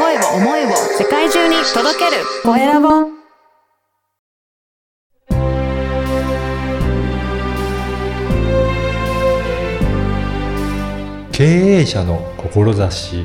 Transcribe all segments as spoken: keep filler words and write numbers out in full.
声を思いを世界中に届けるコエラボ。 経営者の志。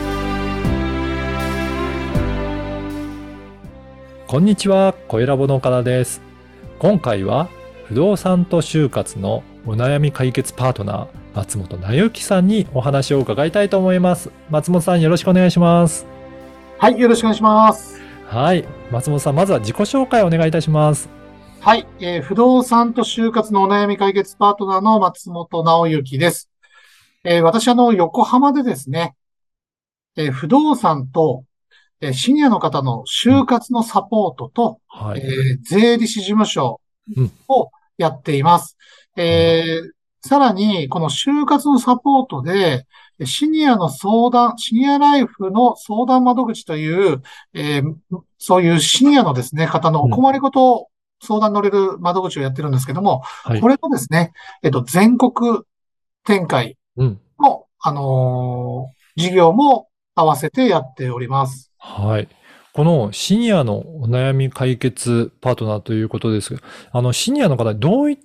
こんにちは、コエラボの岡田です。今回は不動産と就活のお悩み解決パートナー、松本直之さんにお話を伺いたいと思います。松本さん、よろしくお願いします。 はい、よろしくお願いします。 はい、松本さん、まずは自己紹介をお願いいたします。 はい、えー、不動産と就活のお悩み解決パートナーの松本直之です。えー、私、あの、横浜でですね、えー、不動産と、えー、シニアの方の就活のサポートと、 うんはいえー、税理士事務所をやっています。うん、えー、さらに、この就活のサポートで、シニアの相談、シニアライフの相談窓口という、えー、そういうシニアのですね、方のお困りごとを相談乗れる窓口をやってるんですけども、はい、これもですね、えっと、全国展開の、うん、あのー、事業も合わせてやっております。 はい。このシニアのお悩み解決パートナーということですが、あの、シニアの方、どういった、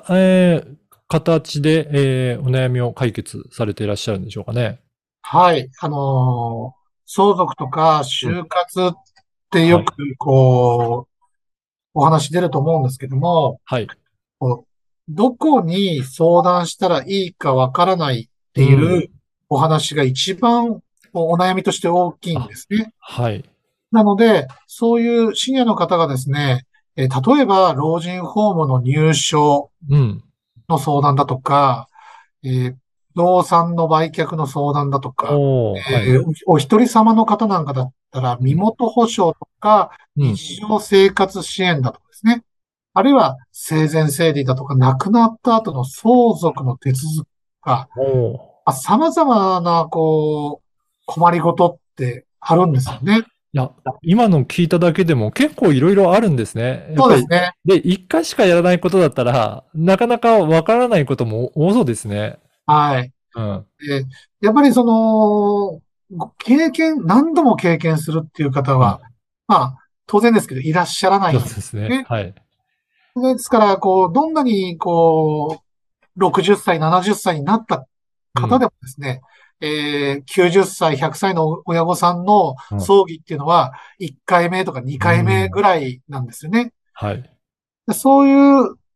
えー、形で、えー、お悩みを解決されていらっしゃるんでしょうかね。 はい。あのー、相続とか就活ってよく、こう、うんはい、お話出ると思うんですけども、はい。どこに相談したらいいかわからないっていうお話が一番お悩みとして大きいんですね。はい。なので、そういうシニアの方がですね、えー、例えば老人ホームの入所の相談だとか、うんえー、不動産の売却の相談だとか、お,、えーはい、お一人様の方なんかだったら身元保証とか、日常生活支援だとかですね。うん、あるいは生前整理だとか、亡くなった後の相続の手続きとか、様々な、こう、困りごとってあるんですよね。 いや、今の聞いただけでも結構いろいろあるんですね。 そうですね。 で、一回しかやらないことだったら、なかなかわからないことも多そうですね。 はい。うん。で、やっぱりその、経験、何度も経験するっていう方は、うん、まあ、当然ですけど、いらっしゃらないんですね。 そうですね。はい。 ですから、こう、どんなに、こう、ろくじゅっさい、ななじゅっさいになった方でもですね、うん、えー、きゅうじゅっさい、ひゃくさいの親御さんの葬儀っていうのは、いっかいめとかにかいめぐらいなんですよね。うん、はい。そういった、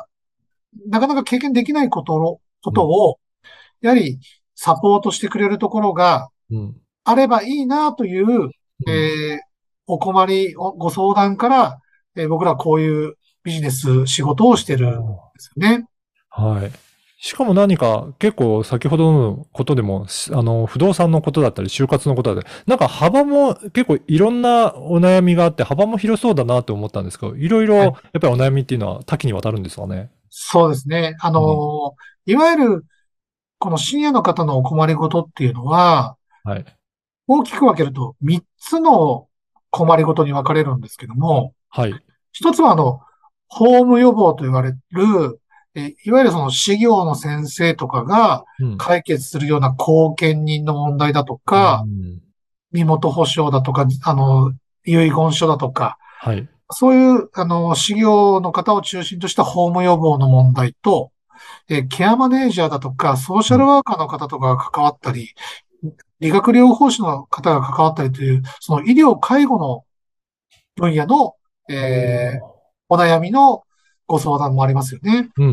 なかなか経験できないことを、ことを、やはりサポートしてくれるところがあればいいなという、うん、えー、お困り、ご相談から、えー、僕らこういうビジネス、仕事をしてるんですよね。 はい。しかも何か結構先ほどのことでも、あの、不動産のことだったり、就活のことだったり、なんか幅も結構いろんなお悩みがあって、幅も広そうだなと思ったんですけど、いろいろやっぱりお悩みっていうのは多岐にわたるんですかね。 そうですね。あの、うん、いわゆる、このシニアの方のお困りごとっていうのは、はい、大きく分けるとみっつの困りごとに分かれるんですけども、はい。一つはあの、法務予防と言われる、えいわゆるその事業の先生とかが解決するような後見人の問題だとか、うん、身元保証だとか、あの、遺言書だとか、はい。そういう、あの、事業の方を中心とした法務予防の問題と、えケアマネージャーだとか、ソーシャルワーカーの方とかが関わったり、理学療法士の方が関わったりという、その医療介護の分野の、えー、お悩みのご相談もありますよね。うんうん、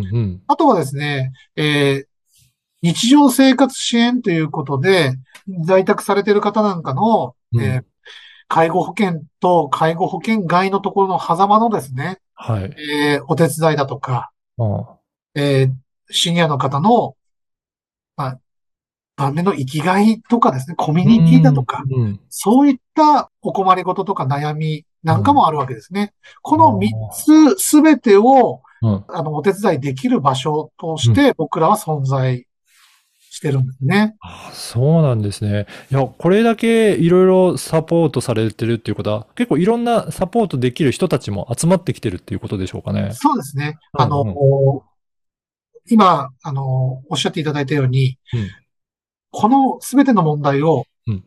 あとはですね、えー、日常生活支援ということで、在宅されている方なんかの、うんえー、介護保険と介護保険外のところの狭間のですね、はいえー、お手伝いだとか、えー、シニアの方の、まあ、晩年の生きがいとかですね、コミュニティだとか、うんうん、そういったお困りごととか悩みなんかもあるわけですね。うん、このみっつすべてを、うん、あの、お手伝いできる場所として僕らは存在してるんですね。 あ、そうなんですね。いや、これだけいろいろサポートされてるっていうことは、結構いろんなサポートできる人たちも集まってきてるっていうことでしょうかね。 そうですね。あの、うんうん、今、あの、おっしゃっていただいたように、うん、このすべての問題を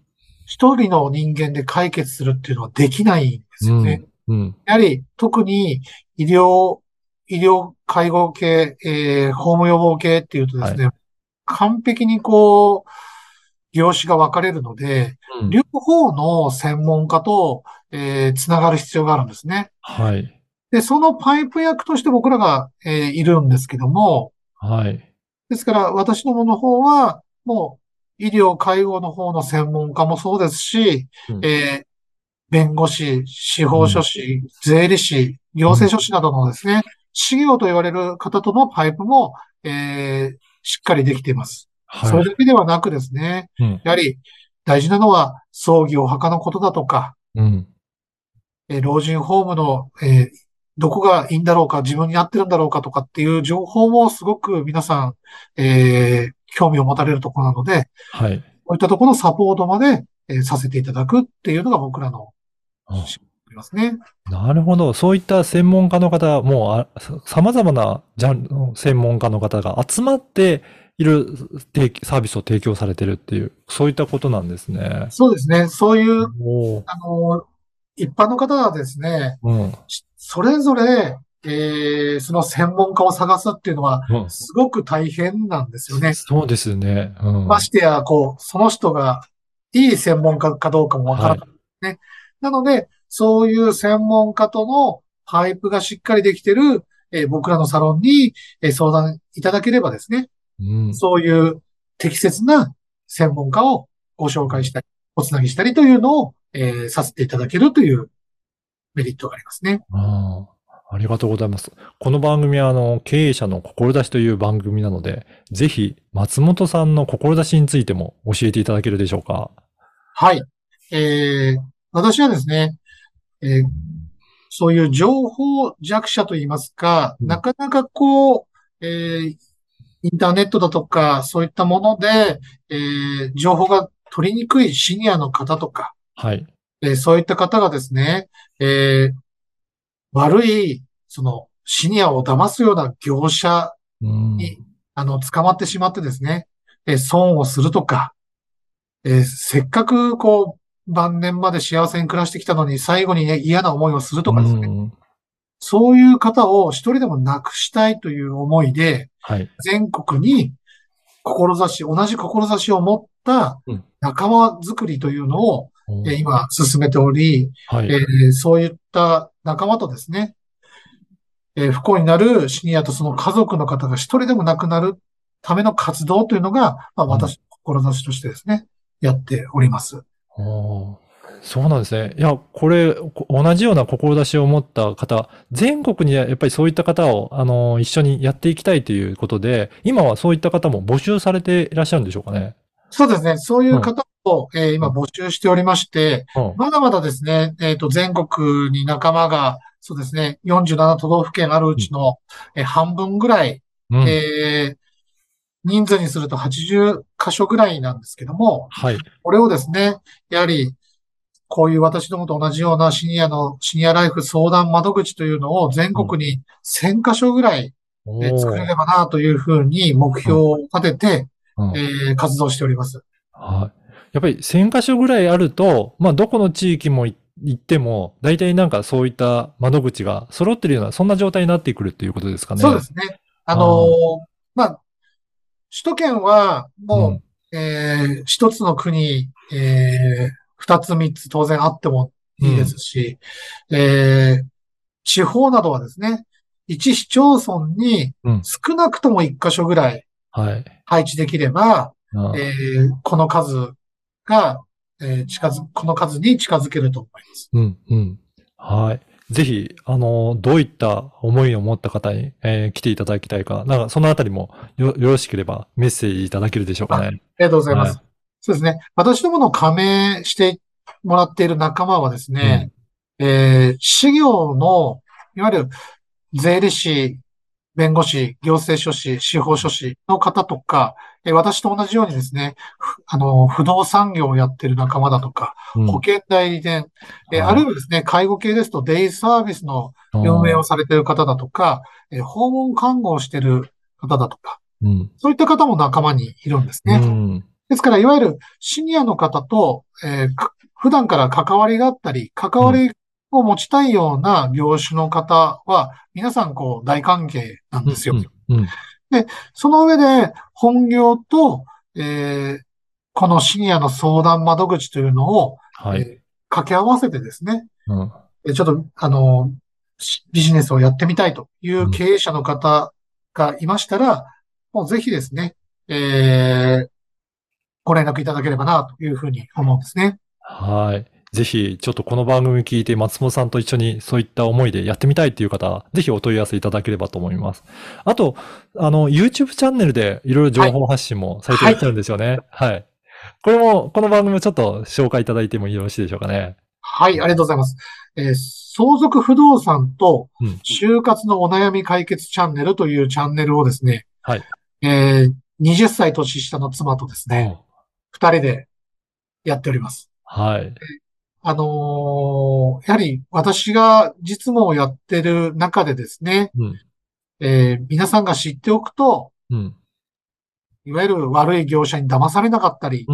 一人の人間で解決するっていうのはできないんですよね。 うん。うん。 やはり特に医療、医療介護系、えー、法務予防系っていうとですはい。 ね、完璧にこう、業種が分かれるので、 うん。 両方の専門家と、えー、つながる必要があるんですね。 はい。 で、そのパイプ役として僕らが、えーいるんですけども、 はい。 ですから私どもの方は、もう医療介護の方の専門家もそうですし、 うん。 えー弁護士、司法書うん。 士、税理士、行うん。 政書士などのですね、事業と言われる方とのパイプも、えーしっかりできています。そはい。 れだけではなくですね、 うん。 やはり大事なのは葬儀お墓のことだとか、 うん。 えー老人ホームの、えーどこがいいんだろうか、自分に合ってるんだろうかとかっていう情報もすごく皆さん、えー興味を持たれるところなので、 はい。 こういったところのサポートまで、えーさせていただくっていうのが僕らのあ、 仕事になりますね。 なるほど。そういった専門家の方、もうあ、さ様々なジャンルの専門家の方が集まっている提サービスを提供されてるっていう、そういったことなんですね。 そうですね。そういう、 おお。 あの、一般の方はですね、 うん。 しそれぞれ、えーその専門家を探すっていうのは、 うん。 すごく大変なんですよね。 そうですね。うん。 ましてや、こう、その人がいい専門家かどうかもわからはい。 ないね。なので、そういう専門家とのパイプがしっかりできてる、えー僕らのサロンに、えー相談いただければですね、 うん。 そういう適切な専門家をご紹介したり、おつなぎしたりというのを、えーさせていただけるというメリットがありますね。 ああ、ありがとうございます。この番組は、あの、経営者の志という番組なので、ぜひ、松本さんの志についても教えていただけるでしょうか。 はい。えー私はですね、えーそういう情報弱者といいますか、 うん。 なかなかこう、えーインターネットだとか、そういったもので、えー情報が取りにくいシニアの方とか、 はい。 えーそういった方がですね、えー悪い、その、シニアを騙すような業者うん。 に、あの、捕まってしまってですね、えー損をするとか、えーせっかく、こう、晩年まで幸せに暮らしてきたのに、最後にね、嫌な思いをするとうかですね。 ん。 そういう方を一人でもなくしたいという思いで、 はい。 全国に志、同じ志を持ったうん。 仲間づくりというのを、えーおー。 今進めており、えはい。 ーそういった仲間とですね、えー不幸になるシニアとその家族の方が一人でも亡くなるための活動というのが、まあ、 うん。 私の志としてですね、やっております。 おー。そうなんですね。いや、これ、こ同じような志を持った方、全国にやっぱりそういった方を、あの、一緒にやっていきたいということで、今はそういった方も募集されていらっしゃるんでしょうかね。 そうですね。そういうん。 う方を、えー今うん。 募集しておりまして、 うん。 まだまだですね、えっと、全国に仲間が、そうですね、よんじゅうなな都道府県あるううん。 ちの、えー半分ぐらい、 うん。 えー人数にするとはちじゅう箇所ぐらいなんですけども、 はい。 これをですね、やはり、こういう私どもと同じようなシニアの、シニアライフ相談窓口というのを全うん。 国にせん箇所ぐらい、えー作れおー。 ればなというふうに目うん。 標を立てて、 うん。 えー活動しております。 はい。やっぱりせん箇所ぐらいあると、まあ、どこの地域もい行っても、大体なんかそういった窓口が揃ってるような、そんな状態になってくるっていうことですかね。 そうですね。あのああ、 ーまあ、首都圏はもうん、 う、えー一つの国、えー二つ三つ当然あってもいいでうん、 すし、えー地方などはですね、一市町村にうん。 少なくとも一箇所ぐらいはい。 配置できれば、えああ、 ーこの数が、えー近づ、この数に近づけると思います。 うん、うん。はい。ぜひ、あの、どういった思いを持った方に、えー来ていただきたいか、なんかそのあたりもよ、よろしければメッセージいただけるでしょうかあ、あね。 りがとうございまはい。 す。そうですね。私どもの加盟してもらっている仲間はですね、 うん。 えー、事業の、いわゆる税理士、弁護士、行政書士、司法書士の方とか、えー私と同じようにですね、ふあの、不動産業をやっている仲間だとか、 うん。 保険代理店、えーあはい。 るいはですね、介護系ですとデイサービスのああ、 運営をされている方だとか、えー訪問看護をしている方だとか、 うん。 そういった方も仲間にいるんですうね。 ん。 ですから、いわゆるシニアの方と、えーか普段から関わりがあったり、関わりを持ちたいような業種の方は、皆さんこう大歓迎なんですよ。 うんうんうんで、その上で本業と、えーこのシニアの相談窓口というのを、 はい。 えー掛け合わせてですね、 うんえちょっと、あの、しビジネスをやってみたいといううん経営者の方がいましたら、もうぜひですね、えーご連絡いただければなというふうに思うんですね。 はい。ぜひ、ちょっとこの番組聞いて松本さんと一緒にそういった思いでやってみたいっていう方は、ぜひお問い合わせいただければと思います。あと、あの、YouTube チャンネルでいろいろはい。 情報発信もされていはい。 らっしゃるんですよね。はい。これも、この番組もちょっと紹介いただいてもよろしいでしょうかね。 はい。ありがとうございます。えー相続不動産とうん。 就活のお悩み解決チャンネルというチャンネルをですね、 はい。 えーはたち年下の妻とですね、 お二人でやっております。 はい。 あのーやはり私が実務をやってる中でですね、 うん。 えー皆さんが知っておくと、 うん。 いわゆる悪い業者に騙されなかったり、 うん。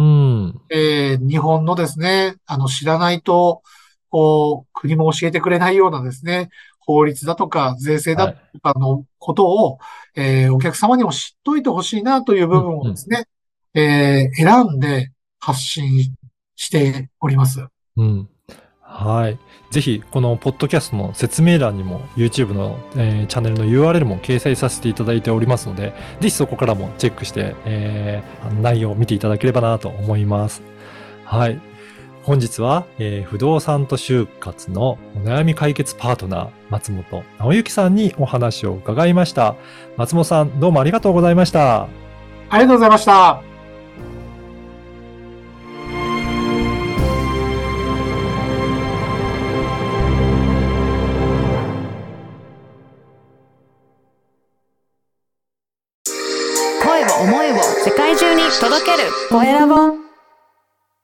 えー日本のですね、あの、知らないと、こう、国も教えてくれないようなですね、法律だとか税制だとはい。 かのことを、えーお客様にも知っといてほしいなという部うん。うん。 分をですね、えー選んで発信しております。 うん。はい。ぜひ、このポッドキャストの説明欄にも YouTube の、えーチャンネルの ユーアールエル も掲載させていただいておりますので、ぜひそこからもチェックして、えーあの内容を見ていただければなと思います。はい。本日は、えー不動産と就活のお悩み解決パートナー、松本直之さんにお話を伺いました。松本さん、どうもありがとうございました。 ありがとうございました。 声を思いを世界中に届けるコエラボ。